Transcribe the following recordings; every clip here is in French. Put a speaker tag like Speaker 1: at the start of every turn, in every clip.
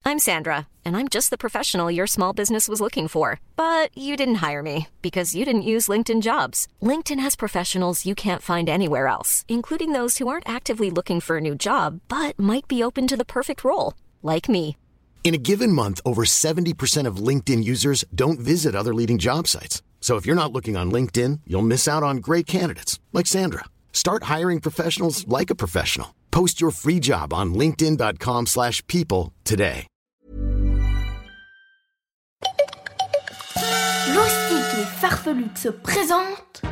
Speaker 1: I'm Sandra, and I'm just the professional your small business was looking for. But you didn't hire me because you didn't use LinkedIn Jobs. LinkedIn has professionals you can't find anywhere else, including those who aren't actively looking for a new job, but might be open to the perfect role, like me.
Speaker 2: In a given month, over 70% of LinkedIn users don't visit other leading job sites. So if you're not looking on LinkedIn, you'll miss out on great candidates like Sandra. Start hiring professionals like a professional. Post your free job on linkedin.com/people today.
Speaker 3: Loustic et Farfelux se présentent.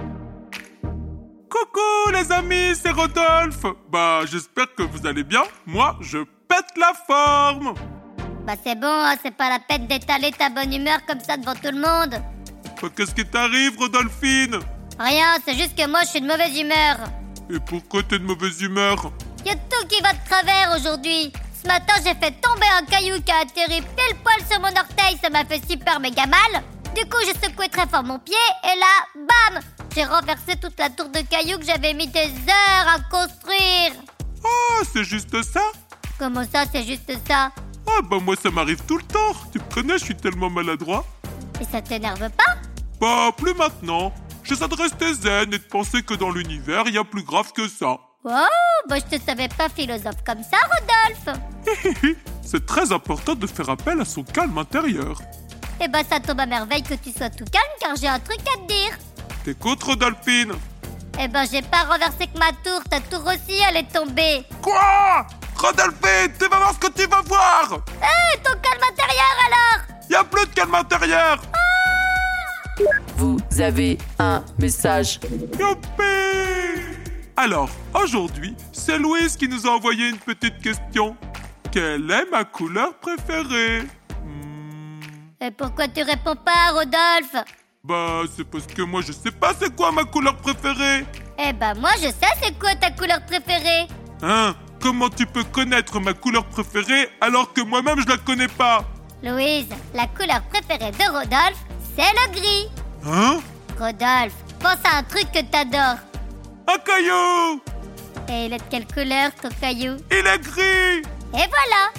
Speaker 4: Coucou les amis, c'est Rodolphe. J'espère que vous allez bien. Moi, je pète la forme.
Speaker 5: C'est bon, c'est pas la peine d'étaler ta bonne humeur comme ça devant tout le monde.
Speaker 4: Qu'est-ce qui t'arrive, Rodolphine?
Speaker 5: Rien, c'est juste que moi je suis de mauvaise humeur.
Speaker 4: Et pourquoi t'es de mauvaise humeur?
Speaker 5: Y'a tout qui va de travers aujourd'hui. Ce matin, j'ai fait tomber un caillou qui a atterri pile poil sur mon orteil. Ça m'a fait super méga mal. Du coup, j'ai secoué très fort mon pied et là, bam! J'ai renversé toute la tour de cailloux que j'avais mis des heures à construire.
Speaker 4: Ah, c'est juste ça?
Speaker 5: Comment ça, c'est juste ça?
Speaker 4: Moi ça m'arrive tout le temps. Tu me connais, je suis tellement maladroit.
Speaker 5: Et ça t'énerve pas?
Speaker 4: Plus maintenant. J'essaie de rester zen et de penser que dans l'univers, il y a plus grave que ça.
Speaker 5: Je te savais pas philosophe comme ça, Rodolphe.
Speaker 4: C'est très important de faire appel à son calme intérieur.
Speaker 5: Ça tombe à merveille que tu sois tout calme car j'ai un truc à te dire.
Speaker 4: T'écoutes, Rodolphine?
Speaker 5: J'ai pas renversé que ma tour, ta tour aussi elle est tombée.
Speaker 4: Quoi? Rodolphine, tu vas voir ce que tu vas voir!
Speaker 5: Ton calme intérieur alors?
Speaker 4: Y'a plus de calme intérieur!
Speaker 6: Vous avez un message.
Speaker 4: Youpi! Alors, aujourd'hui, c'est Louise qui nous a envoyé une petite question. Quelle est ma couleur préférée?
Speaker 5: Et pourquoi tu réponds pas, Rodolphe?
Speaker 4: C'est parce que moi je sais pas c'est quoi ma couleur préférée.
Speaker 5: Moi je sais c'est quoi ta couleur préférée.
Speaker 4: Comment tu peux connaître ma couleur préférée alors que moi-même je la connais pas?
Speaker 5: Louise, la couleur préférée de Rodolphe, c'est le gris. Rodolphe, pense à un truc que t'adores.
Speaker 4: Un caillou!
Speaker 5: Et il est de quelle couleur ton caillou?
Speaker 4: Il est gris!
Speaker 5: Et voilà!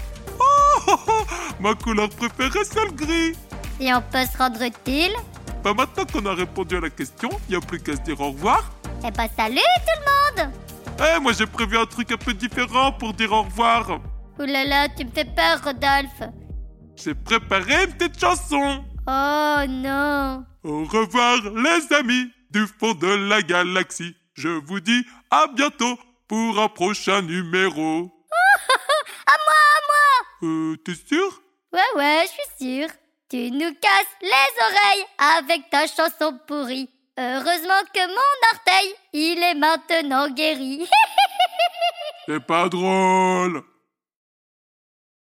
Speaker 4: Ma couleur préférée c'est le gris.
Speaker 5: Et on peut se rendre utile?
Speaker 4: Maintenant qu'on a répondu à la question, il n'y a plus qu'à se dire au revoir.
Speaker 5: Salut tout le monde!
Speaker 4: Moi j'ai prévu un truc un peu différent pour dire au revoir.
Speaker 5: Oulala, tu me fais peur, Rodolphe.
Speaker 4: J'ai préparé une petite chanson.
Speaker 5: Oh non!
Speaker 4: Au revoir les amis du fond de la galaxie. Je vous dis à bientôt pour un prochain numéro.
Speaker 5: À moi!
Speaker 4: T'es sûr?
Speaker 5: Ouais, je suis sûre. Tu nous casses les oreilles avec ta chanson pourrie. Heureusement que mon orteil, il est maintenant guéri.
Speaker 4: C'est pas drôle.